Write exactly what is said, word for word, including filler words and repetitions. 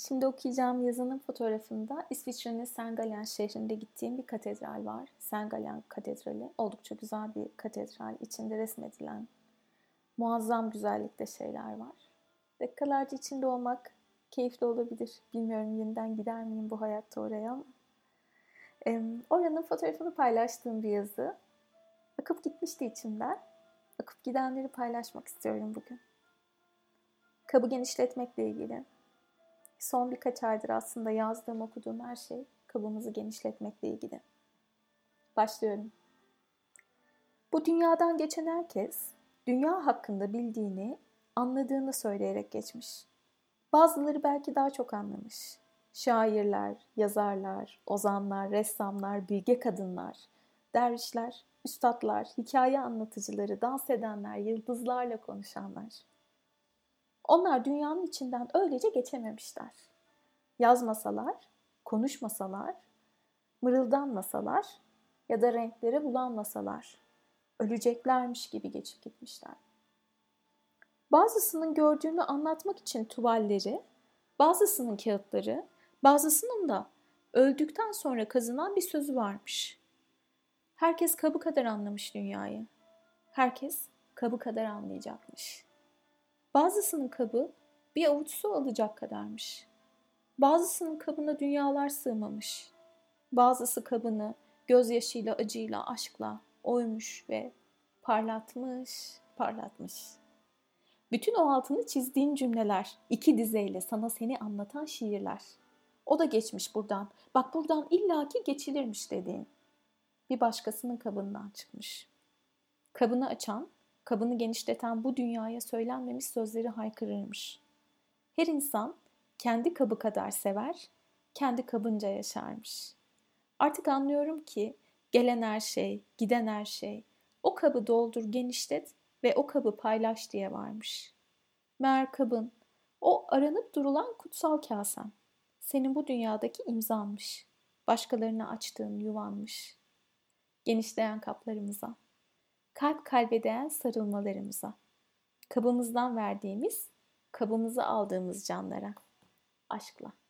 Şimdi okuyacağım yazının fotoğrafında İsviçre'nin Saint Gallen şehrinde gittiğim bir katedral var. Saint Gallen Katedrali. Oldukça güzel bir katedral. İçinde resmedilen muazzam güzellikte şeyler var. Dakikalarca içinde olmak keyifli olabilir. Bilmiyorum yeniden gider miyim bu hayatta oraya ama. Ee, oranın fotoğrafını paylaştığım bir yazı. Akıp gitmişti içimden. Akıp gidenleri paylaşmak istiyorum bugün. Kabı genişletmekle ilgili. Son birkaç aydır aslında yazdığım, okuduğum her şey kabımızı genişletmekle ilgili. Başlıyorum. Bu dünyadan geçen herkes, dünya hakkında bildiğini, anladığını söyleyerek geçmiş. Bazıları belki daha çok anlamış. Şairler, yazarlar, ozanlar, ressamlar, bilge kadınlar, dervişler, üstatlar, hikaye anlatıcıları, dans edenler, yıldızlarla konuşanlar. Onlar dünyanın içinden öylece geçememişler. Yazmasalar, konuşmasalar, mırıldanmasalar ya da renkleri bulanmasalar, öleceklermiş gibi geçip gitmişler. Bazısının gördüğünü anlatmak için tuvalleri, bazısının kağıtları, bazısının da öldükten sonra kazınan bir sözü varmış. Herkes kabı kadar anlamış dünyayı. Herkes kabı kadar anlayacakmış. Bazısının kabı bir avuç su alacak kadarmış. Bazısının kabına dünyalar sığmamış. Bazısı kabını gözyaşıyla, acıyla, aşkla oymuş ve parlatmış, parlatmış. Bütün o altını çizdiğin cümleler, iki dizeyle sana seni anlatan şiirler. O da geçmiş buradan, bak buradan illaki geçilirmiş dediğin. Bir başkasının kabından çıkmış. Kabını açan, kabını genişleten bu dünyaya söylenmemiş sözleri haykırırmış. Her insan kendi kabı kadar sever, kendi kabınca yaşarmış. Artık anlıyorum ki gelen her şey, giden her şey, o kabı doldur, genişlet ve o kabı paylaş diye varmış. Meğer kabın, o aranıp durulan kutsal kasen, senin bu dünyadaki imzanmış, başkalarına açtığın yuvanmış. Genişleyen kaplarımıza, kalp kalbe değen sarılmalarımıza, kabımızdan verdiğimiz, kabımızı aldığımız canlara, aşkla.